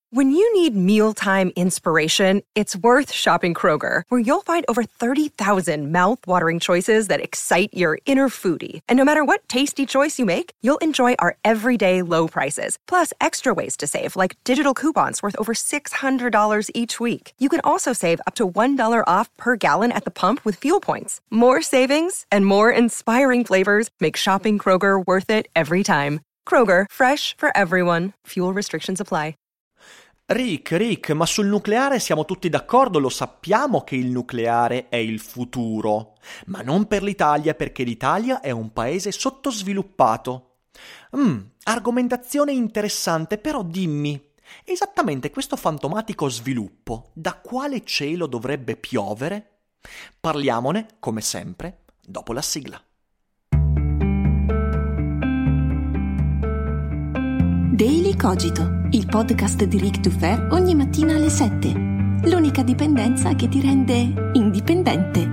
When you need mealtime inspiration, it's worth shopping Kroger, where you'll find over 30,000 mouth-watering choices that excite your inner foodie. And no matter what tasty choice you make, you'll enjoy our everyday low prices, plus extra ways to save, like digital coupons worth over $600 each week. You can also save up to $1 off per gallon at the pump with fuel points. More savings and more inspiring flavors make shopping Kroger worth it every time. Kroger, fresh for everyone. Fuel restrictions apply. Rick, ma sul nucleare siamo tutti d'accordo, lo sappiamo che il nucleare è il futuro, ma non per l'Italia, perché l'Italia è un paese sottosviluppato. Argomentazione interessante, però dimmi, esattamente questo fantomatico sviluppo, da quale cielo dovrebbe piovere? Parliamone, come sempre, dopo la sigla. Daily Cogito, il podcast di Rick Dufer ogni mattina alle 7. L'unica dipendenza che ti rende indipendente.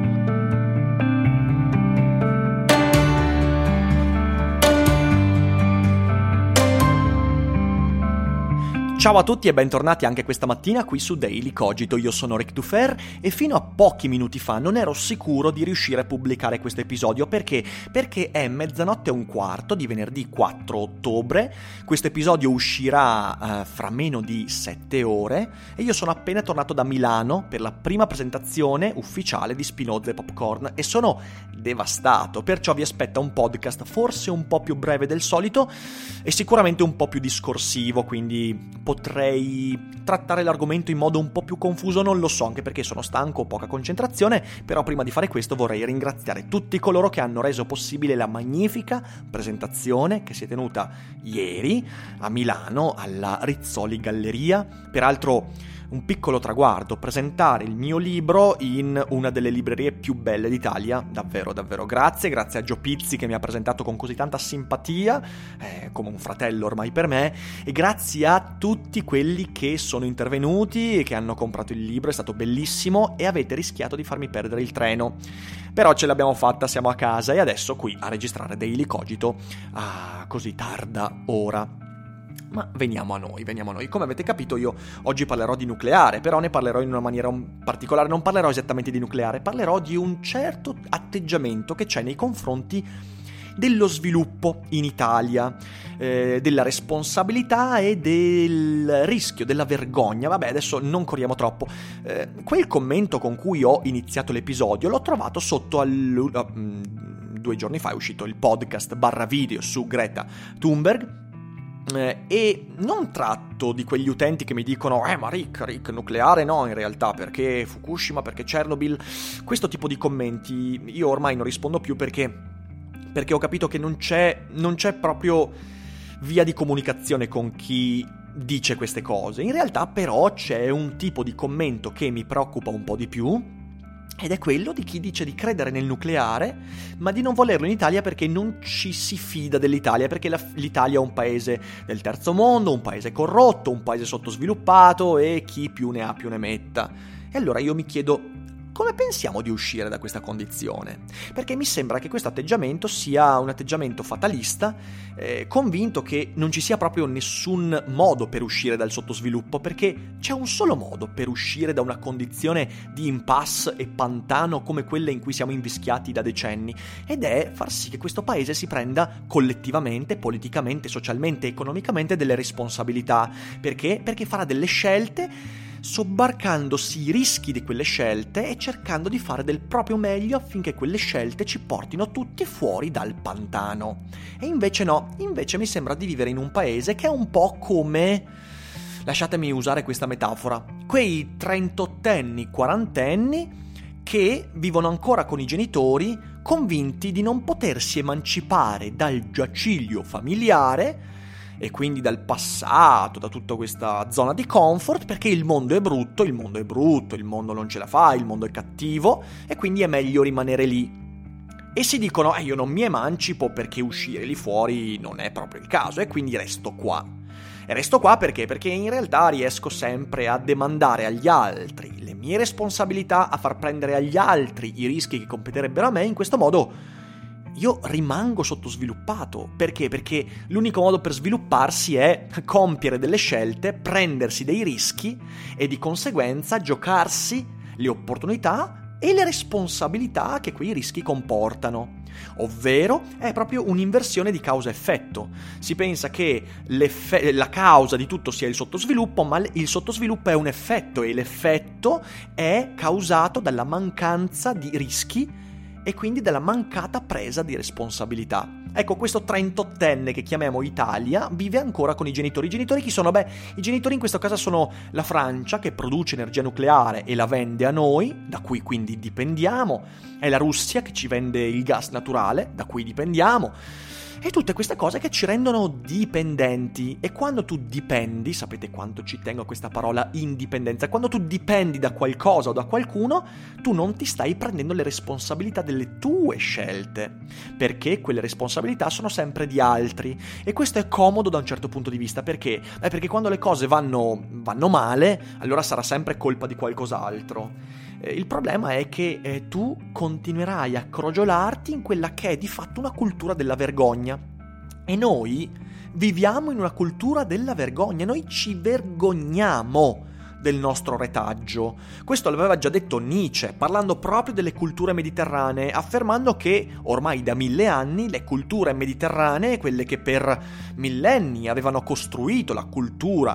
Ciao a tutti e bentornati anche questa mattina qui su Daily Cogito. Io sono Rick Dufer e fino a pochi minuti fa non ero sicuro di riuscire a pubblicare questo episodio. Perché? Perché è 00:15 di venerdì 4 ottobre. Questo episodio uscirà fra meno di 7 ore e io sono appena tornato da Milano per la prima presentazione ufficiale di Spinoza e Popcorn e sono devastato. Perciò vi aspetta un podcast forse un po' più breve del solito e sicuramente un po' più discorsivo, quindi potrei trattare l'argomento in modo un po' più confuso, non lo so, anche perché sono stanco, ho poca concentrazione, però prima di fare questo vorrei ringraziare tutti coloro che hanno reso possibile la magnifica presentazione che si è tenuta ieri a Milano alla Rizzoli Galleria. Peraltro un piccolo traguardo, presentare il mio libro in una delle librerie più belle d'Italia, davvero grazie a Gio Pizzi che mi ha presentato con così tanta simpatia, come un fratello ormai per me, e grazie a tutti quelli che sono intervenuti e che hanno comprato il libro, è stato bellissimo e avete rischiato di farmi perdere il treno, però ce l'abbiamo fatta, siamo a casa e adesso qui a registrare Daily Cogito a così tarda ora. Ma veniamo a noi. Come avete capito io oggi parlerò di nucleare, però ne parlerò in una maniera particolare, non parlerò esattamente di nucleare, parlerò di un certo atteggiamento che c'è nei confronti dello sviluppo in Italia, della responsabilità e del rischio, della vergogna. Vabbè, adesso non corriamo troppo. Quel commento con cui ho iniziato l'episodio l'ho trovato sotto 2 giorni fa è uscito il podcast /video su Greta Thunberg. E non tratto di quegli utenti che mi dicono ma Rick, nucleare no in realtà, perché Fukushima, perché Chernobyl, questo tipo di commenti io ormai non rispondo più perché ho capito che non c'è proprio via di comunicazione con chi dice queste cose. In realtà però c'è un tipo di commento che mi preoccupa un po' di più, ed è quello di chi dice di credere nel nucleare, ma di non volerlo in Italia perché non ci si fida dell'Italia, perché l'Italia è un paese del terzo mondo, un paese corrotto, un paese sottosviluppato e chi più ne ha più ne metta. E allora io mi chiedo, come pensiamo di uscire da questa condizione? Perché mi sembra che questo atteggiamento sia un atteggiamento fatalista, convinto che non ci sia proprio nessun modo per uscire dal sottosviluppo, perché c'è un solo modo per uscire da una condizione di impasse e pantano come quella in cui siamo invischiati da decenni, ed è far sì che questo paese si prenda collettivamente, politicamente, socialmente, economicamente delle responsabilità. Perché? Perché farà delle scelte sobbarcandosi i rischi di quelle scelte e cercando di fare del proprio meglio affinché quelle scelte ci portino tutti fuori dal pantano. E invece no, invece mi sembra di vivere in un paese che è un po' come, lasciatemi usare questa metafora, quei 38enni, 40enni che vivono ancora con i genitori, convinti di non potersi emancipare dal giaciglio familiare e quindi dal passato, da tutta questa zona di comfort, perché il mondo è brutto, il mondo non ce la fa, il mondo è cattivo e quindi è meglio rimanere lì. E si dicono, io non mi emancipo perché uscire lì fuori non è proprio il caso e quindi resto qua. E resto qua perché? Perché in realtà riesco sempre a demandare agli altri le mie responsabilità, a far prendere agli altri i rischi che competerebbero a me. In questo modo io rimango sottosviluppato. Perché? Perché l'unico modo per svilupparsi è compiere delle scelte, prendersi dei rischi e di conseguenza giocarsi le opportunità e le responsabilità che quei rischi comportano. Ovvero è proprio un'inversione di causa-effetto. Si pensa che la causa di tutto sia il sottosviluppo, ma il sottosviluppo è un effetto e l'effetto è causato dalla mancanza di rischi e quindi dalla mancata presa di responsabilità. Ecco, questo 38enne che chiamiamo Italia vive ancora con i genitori. I genitori chi sono? I genitori in questo caso sono la Francia, che produce energia nucleare e la vende a noi, da cui quindi dipendiamo, è la Russia che ci vende il gas naturale, da cui dipendiamo, e tutte queste cose che ci rendono dipendenti. E quando tu dipendi, sapete quanto ci tengo a questa parola indipendenza, quando tu dipendi da qualcosa o da qualcuno, tu non ti stai prendendo le responsabilità delle tue scelte, perché quelle responsabilità sono sempre di altri. E questo è comodo da un certo punto di vista. Perché? Perché quando le cose vanno male, allora sarà sempre colpa di qualcos'altro. Il problema è che tu continuerai a crogiolarti in quella che è di fatto una cultura della vergogna. E noi viviamo in una cultura della vergogna, noi ci vergogniamo del nostro retaggio. Questo l'aveva già detto Nietzsche, parlando proprio delle culture mediterranee, affermando che ormai da 1000 anni le culture mediterranee, quelle che per millenni avevano costruito la cultura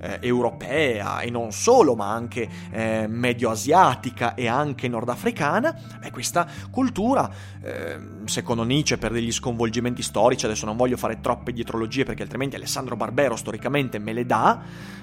europea e non solo, ma anche medio-asiatica e anche nordafricana, questa cultura, secondo Nietzsche, per degli sconvolgimenti storici, adesso non voglio fare troppe dietrologie perché altrimenti Alessandro Barbero storicamente me le dà,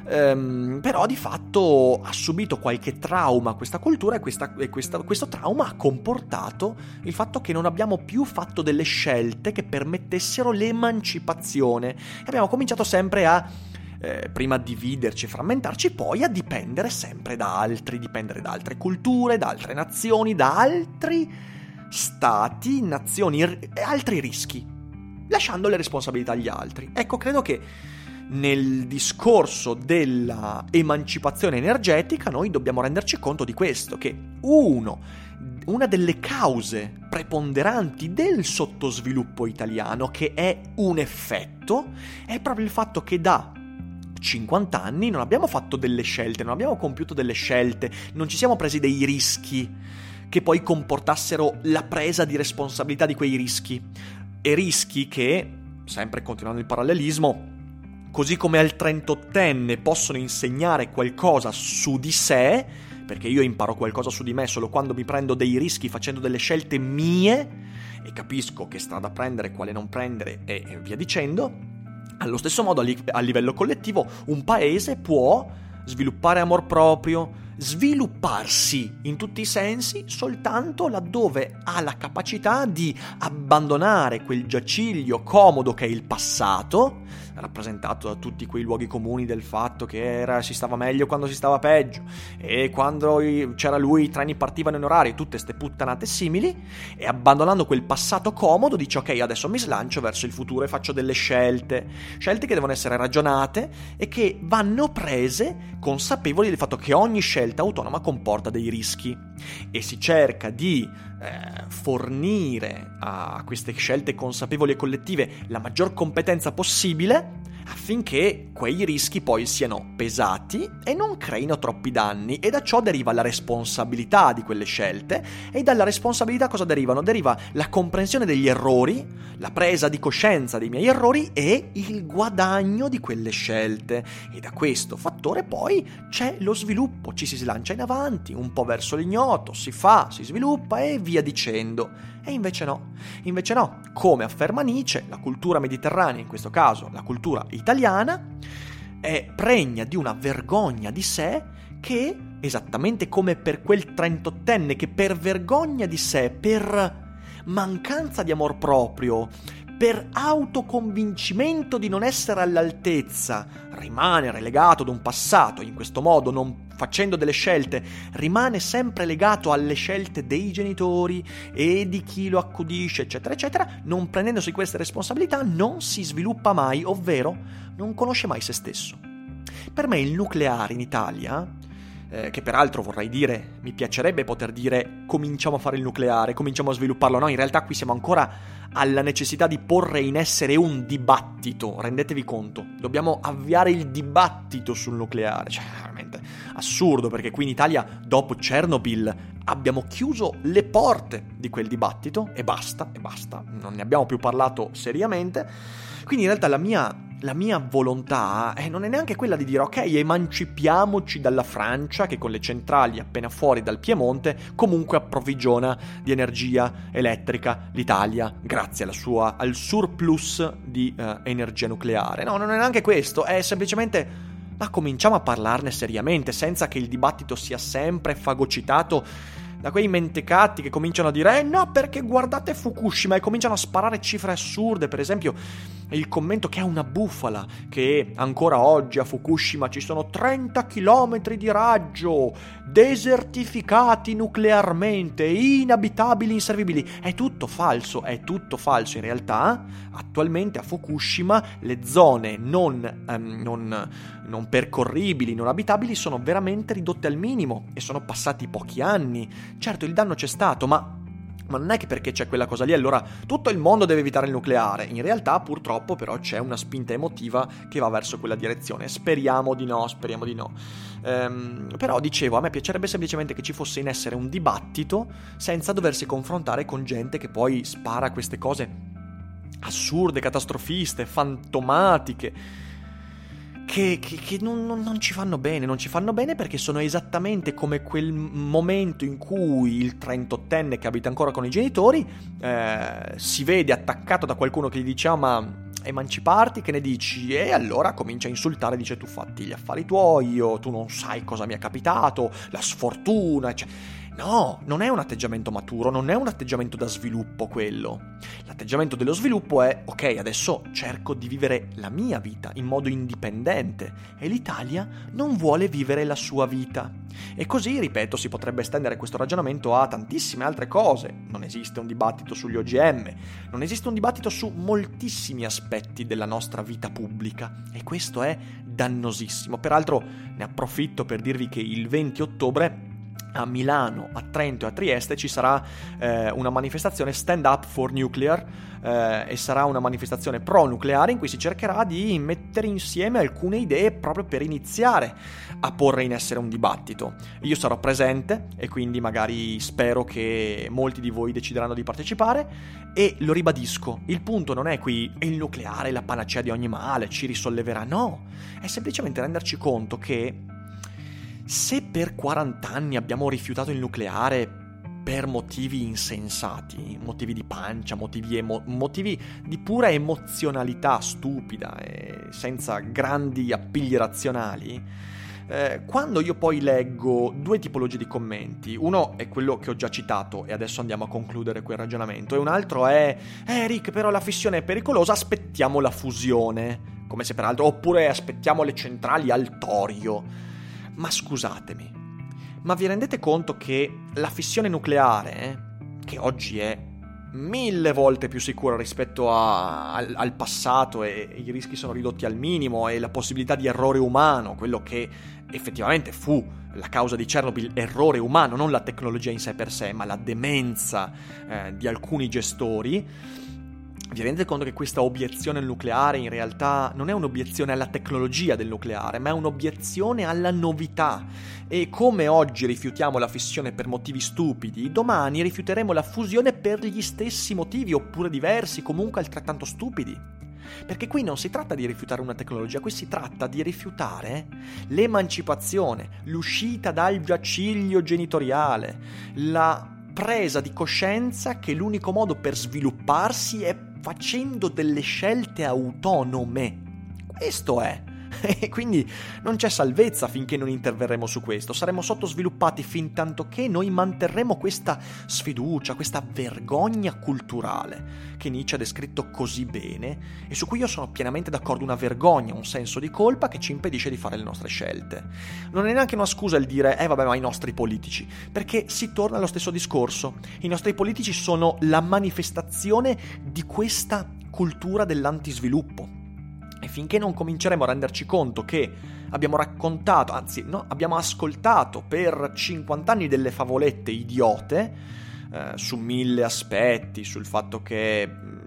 però di fatto ha subito qualche trauma questa cultura, e questo trauma ha comportato il fatto che non abbiamo più fatto delle scelte che permettessero l'emancipazione, e abbiamo cominciato sempre a prima a dividerci e frammentarci, poi a dipendere sempre da altri, dipendere da altre culture, da altre nazioni, da altri stati, nazioni e altri rischi, lasciando le responsabilità agli altri. Ecco, credo che nel discorso della emancipazione energetica noi dobbiamo renderci conto di questo, che una delle cause preponderanti del sottosviluppo italiano, che è un effetto, è proprio il fatto che da 50 anni non abbiamo fatto delle scelte, non abbiamo compiuto delle scelte, non ci siamo presi dei rischi che poi comportassero la presa di responsabilità di quei rischi. E rischi che, sempre continuando il parallelismo, così come al 38enne possono insegnare qualcosa su di sé, perché io imparo qualcosa su di me solo quando mi prendo dei rischi facendo delle scelte mie e capisco che strada prendere, quale non prendere e via dicendo, allo stesso modo a livello collettivo un paese può sviluppare amor proprio, svilupparsi in tutti i sensi soltanto laddove ha la capacità di abbandonare quel giaciglio comodo che è il passato, rappresentato da tutti quei luoghi comuni del fatto che si stava meglio quando si stava peggio, e quando c'era lui i treni partivano in orario, tutte ste puttanate simili, e abbandonando quel passato comodo dice ok, adesso mi slancio verso il futuro e faccio delle scelte che devono essere ragionate e che vanno prese consapevoli del fatto che ogni scelta autonoma comporta dei rischi, e si cerca di fornire a queste scelte consapevoli e collettive la maggior competenza possibile affinché quei rischi poi siano pesati e non creino troppi danni, e da ciò deriva la responsabilità di quelle scelte, e dalla responsabilità cosa derivano? Deriva la comprensione degli errori, la presa di coscienza dei miei errori e il guadagno di quelle scelte, e da questo fattore poi c'è lo sviluppo, ci si slancia in avanti, un po' verso l'ignoto, si sviluppa e via dicendo. E invece no, come afferma Nietzsche, la cultura mediterranea, in questo caso la cultura italiana, è pregna di una vergogna di sé che, esattamente come per quel 38enne che per vergogna di sé, per mancanza di amor proprio, per autoconvincimento di non essere all'altezza, rimane relegato ad un passato, in questo modo non facendo delle scelte, rimane sempre legato alle scelte dei genitori e di chi lo accudisce, eccetera, eccetera, non prendendosi queste responsabilità non si sviluppa mai, ovvero non conosce mai se stesso. Per me il nucleare in Italia, che peraltro vorrei dire, mi piacerebbe poter dire cominciamo a fare il nucleare, cominciamo a svilupparlo, no, in realtà qui siamo ancora alla necessità di porre in essere un dibattito. Rendetevi conto, dobbiamo avviare il dibattito sul nucleare. Cioè, veramente assurdo, perché qui in Italia, dopo Chernobyl, abbiamo chiuso le porte di quel dibattito e basta, non ne abbiamo più parlato seriamente. Quindi in realtà la mia volontà non è neanche quella di dire ok, emancipiamoci dalla Francia che con le centrali appena fuori dal Piemonte comunque approvvigiona di energia elettrica l'Italia grazie al surplus di energia nucleare. No, non è neanche questo, è semplicemente ma cominciamo a parlarne seriamente, senza che il dibattito sia sempre fagocitato da quei mentecatti che cominciano a dire no, perché guardate Fukushima, e cominciano a sparare cifre assurde. Per esempio il commento che è una bufala, che ancora oggi a Fukushima ci sono 30 chilometri di raggio, desertificati nuclearmente, inabitabili, inservibili. È tutto falso. In realtà attualmente a Fukushima le zone non percorribili, non abitabili sono veramente ridotte al minimo e sono passati pochi anni. Certo, il danno c'è stato, ma non è che perché c'è quella cosa lì allora tutto il mondo deve evitare il nucleare. In realtà purtroppo però c'è una spinta emotiva che va verso quella direzione. Speriamo di no. Però dicevo, a me piacerebbe semplicemente che ci fosse in essere un dibattito senza doversi confrontare con gente che poi spara queste cose assurde, catastrofiste, fantomatiche, che non ci fanno bene perché sono esattamente come quel momento in cui il 38enne che abita ancora con i genitori si vede attaccato da qualcuno che gli dice ma emanciparti, che ne dici? E allora comincia a insultare, dice tu fatti gli affari tuoi, tu non sai cosa mi è capitato, la sfortuna, cioè. No, non è un atteggiamento maturo, non è un atteggiamento da sviluppo quello. L'atteggiamento dello sviluppo è ok, adesso cerco di vivere la mia vita in modo indipendente e l'Italia non vuole vivere la sua vita. E così, ripeto, si potrebbe estendere questo ragionamento a tantissime altre cose. Non esiste un dibattito sugli OGM, non esiste un dibattito su moltissimi aspetti della nostra vita pubblica e questo è dannosissimo. Peraltro ne approfitto per dirvi che il 20 ottobre a Milano, a Trento e a Trieste ci sarà una manifestazione Stand Up for Nuclear e sarà una manifestazione pro-nucleare in cui si cercherà di mettere insieme alcune idee proprio per iniziare a porre in essere un dibattito. Io sarò presente e quindi magari spero che molti di voi decideranno di partecipare e lo ribadisco, il punto non è qui il nucleare, la panacea di ogni male, ci risolleverà, no, è semplicemente renderci conto che se per 40 anni abbiamo rifiutato il nucleare per motivi insensati, motivi di pancia, motivi di pura emozionalità stupida e senza grandi appigli razionali, quando io poi leggo due tipologie di commenti, uno è quello che ho già citato e adesso andiamo a concludere quel ragionamento, e un altro è Rick, però la fissione è pericolosa, aspettiamo la fusione, come se peraltro, oppure aspettiamo le centrali al torio. Ma scusatemi, ma vi rendete conto che la fissione nucleare, che oggi è 1000 volte più sicura rispetto al passato e i rischi sono ridotti al minimo e la possibilità di errore umano, quello che effettivamente fu la causa di Chernobyl, errore umano, non la tecnologia in sé per sé, ma la demenza di alcuni gestori. Vi rendete conto che questa obiezione al nucleare in realtà non è un'obiezione alla tecnologia del nucleare, ma è un'obiezione alla novità. E come oggi rifiutiamo la fissione per motivi stupidi, domani rifiuteremo la fusione per gli stessi motivi, oppure diversi, comunque altrettanto stupidi. Perché qui non si tratta di rifiutare una tecnologia, qui si tratta di rifiutare l'emancipazione, l'uscita dal giaciglio genitoriale, la presa di coscienza che l'unico modo per svilupparsi è facendo delle scelte autonome. Questo è. E quindi non c'è salvezza finché non interverremo su questo. Saremo sottosviluppati fin tanto che noi manterremo questa sfiducia, questa vergogna culturale che Nietzsche ha descritto così bene e su cui io sono pienamente d'accordo. Una vergogna, un senso di colpa che ci impedisce di fare le nostre scelte. Non è neanche una scusa il dire vabbè, ma i nostri politici, perché si torna allo stesso discorso. I nostri politici sono la manifestazione di questa cultura dell'antisviluppo. E finché non cominceremo a renderci conto che abbiamo raccontato, anzi no, abbiamo ascoltato per 50 anni delle favolette idiote su 1000 aspetti, sul fatto che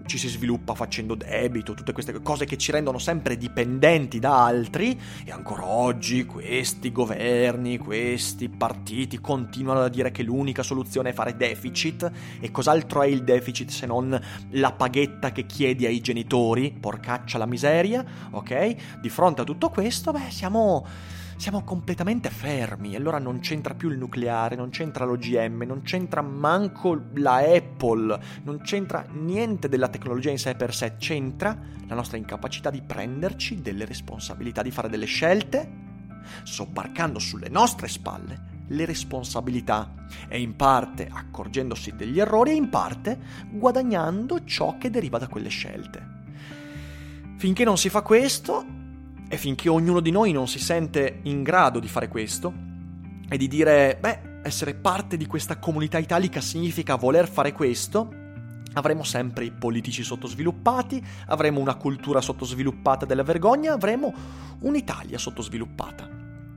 ci si sviluppa facendo debito, tutte queste cose che ci rendono sempre dipendenti da altri, e ancora oggi questi governi, questi partiti continuano a dire che l'unica soluzione è fare deficit. E cos'altro è il deficit se non la paghetta che chiedi ai genitori? Porcaccia la miseria, ok? Di fronte a tutto questo, siamo completamente fermi. Allora non c'entra più il nucleare, non c'entra l'OGM, non c'entra manco la Apple, non c'entra niente della tecnologia in sé per sé, c'entra la nostra incapacità di prenderci delle responsabilità, di fare delle scelte, sobbarcando sulle nostre spalle le responsabilità, e in parte accorgendosi degli errori e in parte guadagnando ciò che deriva da quelle scelte. Finché non si fa questo, e finché ognuno di noi non si sente in grado di fare questo e di dire, essere parte di questa comunità italica significa voler fare questo, avremo sempre i politici sottosviluppati, avremo una cultura sottosviluppata della vergogna, avremo un'Italia sottosviluppata.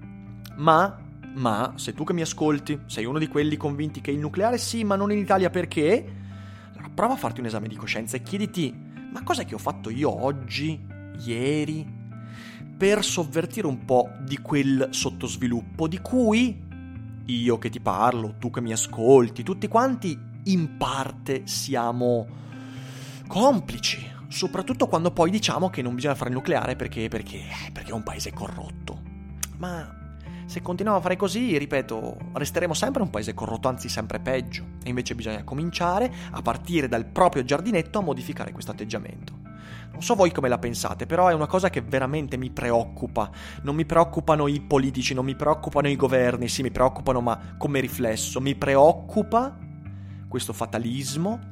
Ma se tu che mi ascolti sei uno di quelli convinti che il nucleare sì, ma non in Italia perché, allora prova a farti un esame di coscienza e chiediti, ma cos'è che ho fatto io oggi, ieri, per sovvertire un po' di quel sottosviluppo di cui io che ti parlo, tu che mi ascolti, tutti quanti in parte siamo complici, soprattutto quando poi diciamo che non bisogna fare il nucleare perché è un paese corrotto. Ma se continuiamo a fare così, ripeto, resteremo sempre un paese corrotto, anzi sempre peggio, e invece bisogna cominciare a partire dal proprio giardinetto a modificare questo atteggiamento. Non so voi come la pensate, però è una cosa che veramente mi preoccupa. Non mi preoccupano i politici, non mi preoccupano i governi, sì mi preoccupano, ma come riflesso mi preoccupa questo fatalismo,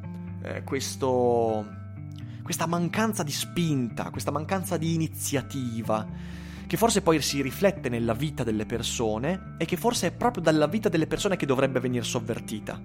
questa mancanza di spinta, questa mancanza di iniziativa, che forse poi si riflette nella vita delle persone e che forse è proprio dalla vita delle persone che dovrebbe venire sovvertita.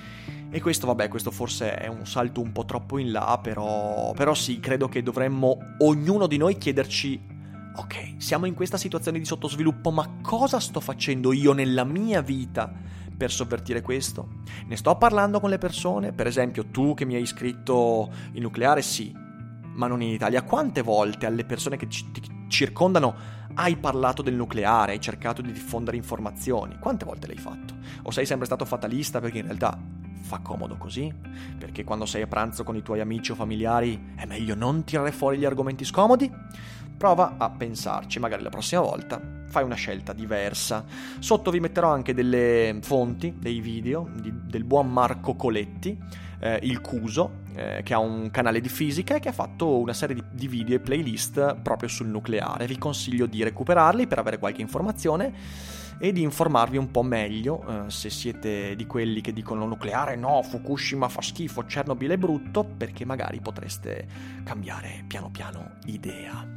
E questo forse è un salto un po' troppo in là, però sì, credo che dovremmo ognuno di noi chiederci, ok, siamo in questa situazione di sottosviluppo, ma cosa sto facendo io nella mia vita per sovvertire questo? Ne sto parlando con le persone? Per esempio, tu che mi hai scritto il nucleare, sì, ma non in Italia. Quante volte alle persone che ti circondano hai parlato del nucleare, hai cercato di diffondere informazioni? Quante volte l'hai fatto? O sei sempre stato fatalista perché in realtà fa comodo così? Perché quando sei a pranzo con i tuoi amici o familiari è meglio non tirare fuori gli argomenti scomodi? Prova a pensarci, magari la prossima volta fai una scelta diversa. Sotto vi metterò anche delle fonti, dei video del buon Marco Coletti, il Cuso, che ha un canale di fisica e che ha fatto una serie di video e playlist proprio sul nucleare. Vi consiglio di recuperarli per avere qualche informazione e di informarvi un po' meglio, se siete di quelli che dicono nucleare no, Fukushima fa schifo, Chernobyl è brutto, perché magari potreste cambiare piano piano idea.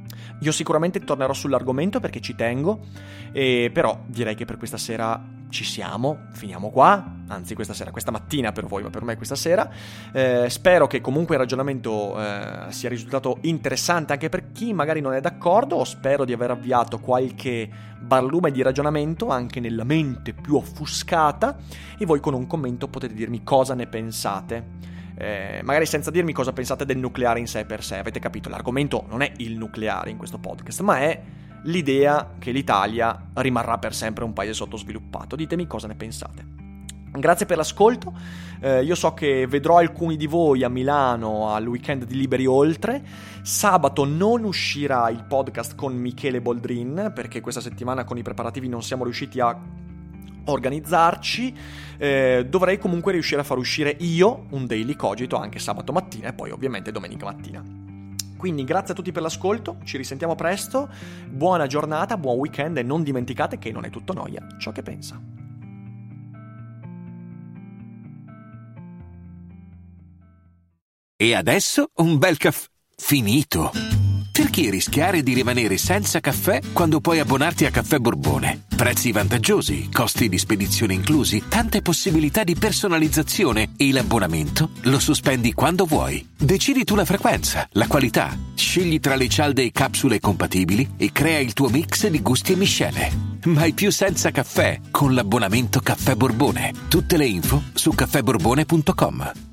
Io sicuramente tornerò sull'argomento perché ci tengo, però direi che per questa sera ci siamo, finiamo qua, anzi questa mattina per voi, ma per me questa sera. Spero che comunque il ragionamento sia risultato interessante anche per chi magari non è d'accordo, o spero di aver avviato qualche barlume di ragionamento anche nella mente più offuscata, e voi con un commento potete dirmi cosa ne pensate. Magari senza dirmi cosa pensate del nucleare in sé per sé. Avete capito, l'argomento non è il nucleare in questo podcast, ma è l'idea che l'Italia rimarrà per sempre un paese sottosviluppato. Ditemi cosa ne pensate. Grazie per l'ascolto. Io so che vedrò alcuni di voi a Milano al weekend di Liberi Oltre. Sabato non uscirà il podcast con Michele Boldrin, perché questa settimana con i preparativi non siamo riusciti a organizzarci. Dovrei comunque riuscire a far uscire io un Daily Cogito anche sabato mattina e poi ovviamente domenica mattina. Quindi grazie a tutti per l'ascolto, ci risentiamo presto, buona giornata, buon weekend, e non dimenticate che non è tutto noia ciò che pensa. E adesso un bel caffè finito. Perché rischiare di rimanere senza caffè quando puoi abbonarti a Caffè Borbone? Prezzi vantaggiosi, costi di spedizione inclusi, tante possibilità di personalizzazione e l'abbonamento lo sospendi quando vuoi. Decidi tu la frequenza, la qualità, scegli tra le cialde e capsule compatibili e crea il tuo mix di gusti e miscele. Mai più senza caffè con l'abbonamento Caffè Borbone. Tutte le info su caffèborbone.com.